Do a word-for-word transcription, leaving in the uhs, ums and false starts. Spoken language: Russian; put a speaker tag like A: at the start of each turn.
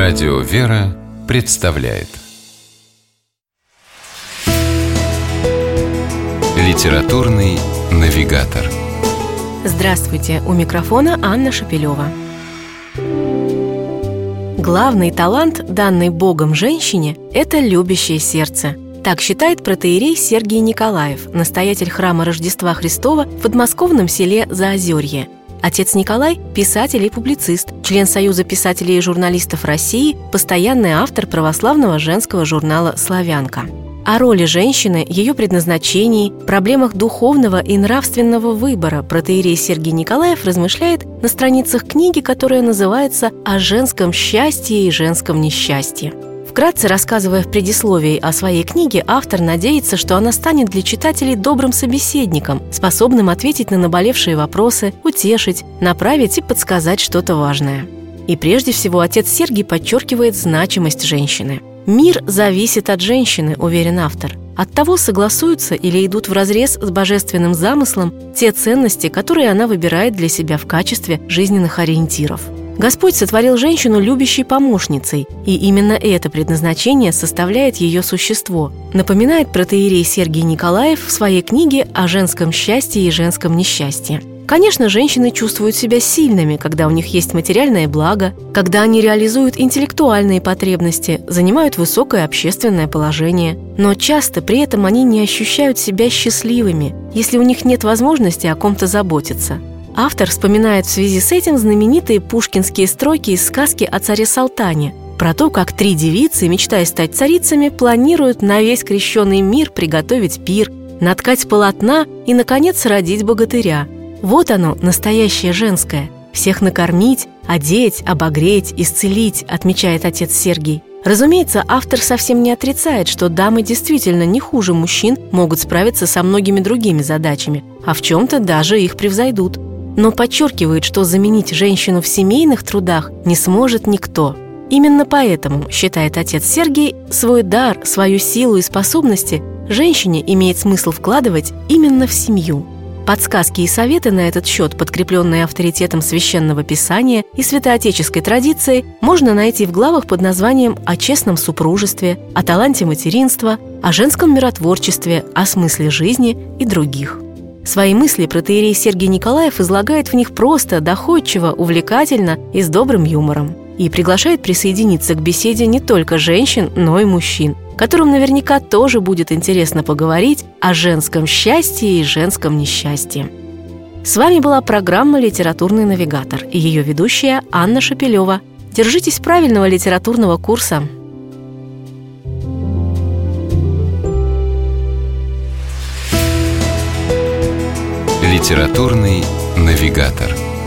A: Радио «Вера» представляет Литературный навигатор.
B: Здравствуйте! У микрофона Анна Шапилева. Главный талант, данный Богом женщине, это любящее сердце. Так считает протоиерей Сергий Николаев, настоятель храма Рождества Христова в подмосковном селе Заозерье. Отец Николай – писатель и публицист, член Союза писателей и журналистов России, постоянный автор православного женского журнала «Славянка». О роли женщины, ее предназначении, проблемах духовного и нравственного выбора протоиерей Сергий Николаев размышляет на страницах книги, которая называется «О женском счастье и женском несчастье». Вкратце рассказывая в предисловии о своей книге, автор надеется, что она станет для читателей добрым собеседником, способным ответить на наболевшие вопросы, утешить, направить и подсказать что-то важное. И прежде всего отец Сергий подчеркивает значимость женщины. «Мир зависит от женщины», уверен автор. От того, согласуются или идут вразрез с божественным замыслом те ценности, которые она выбирает для себя в качестве жизненных ориентиров. Господь сотворил женщину любящей помощницей, и именно это предназначение составляет ее существо, напоминает протоиерей Сергий Николаев в своей книге «О женском счастье и женском несчастье». Конечно, женщины чувствуют себя сильными, когда у них есть материальное благо, когда они реализуют интеллектуальные потребности, занимают высокое общественное положение. Но часто при этом они не ощущают себя счастливыми, если у них нет возможности о ком-то заботиться. Автор вспоминает в связи с этим знаменитые пушкинские строки из сказки о царе Салтане, про то, как три девицы, мечтая стать царицами, планируют на весь крещеный мир приготовить пир, наткать полотна и, наконец, родить богатыря. Вот оно, настоящее женское. Всех накормить, одеть, обогреть, исцелить, отмечает отец Сергий. Разумеется, автор совсем не отрицает, что дамы действительно не хуже мужчин могут справиться со многими другими задачами, а в чем-то даже их превзойдут. Но подчеркивает, что заменить женщину в семейных трудах не сможет никто. Именно поэтому, считает отец Сергий, свой дар, свою силу и способности женщине имеет смысл вкладывать именно в семью. Подсказки и советы на этот счет, подкрепленные авторитетом Священного Писания и святоотеческой традицией, можно найти в главах под названием «О честном супружестве», «О таланте материнства», «О женском миротворчестве», «О смысле жизни» и других. Свои мысли протоиерей Сергий Николаев излагает в них просто, доходчиво, увлекательно и с добрым юмором. И приглашает присоединиться к беседе не только женщин, но и мужчин, которым наверняка тоже будет интересно поговорить о женском счастье и женском несчастье. С вами была программа «Литературный навигатор» и ее ведущая Анна Шапилева. Держитесь правильного литературного курса.
A: Литературный навигатор.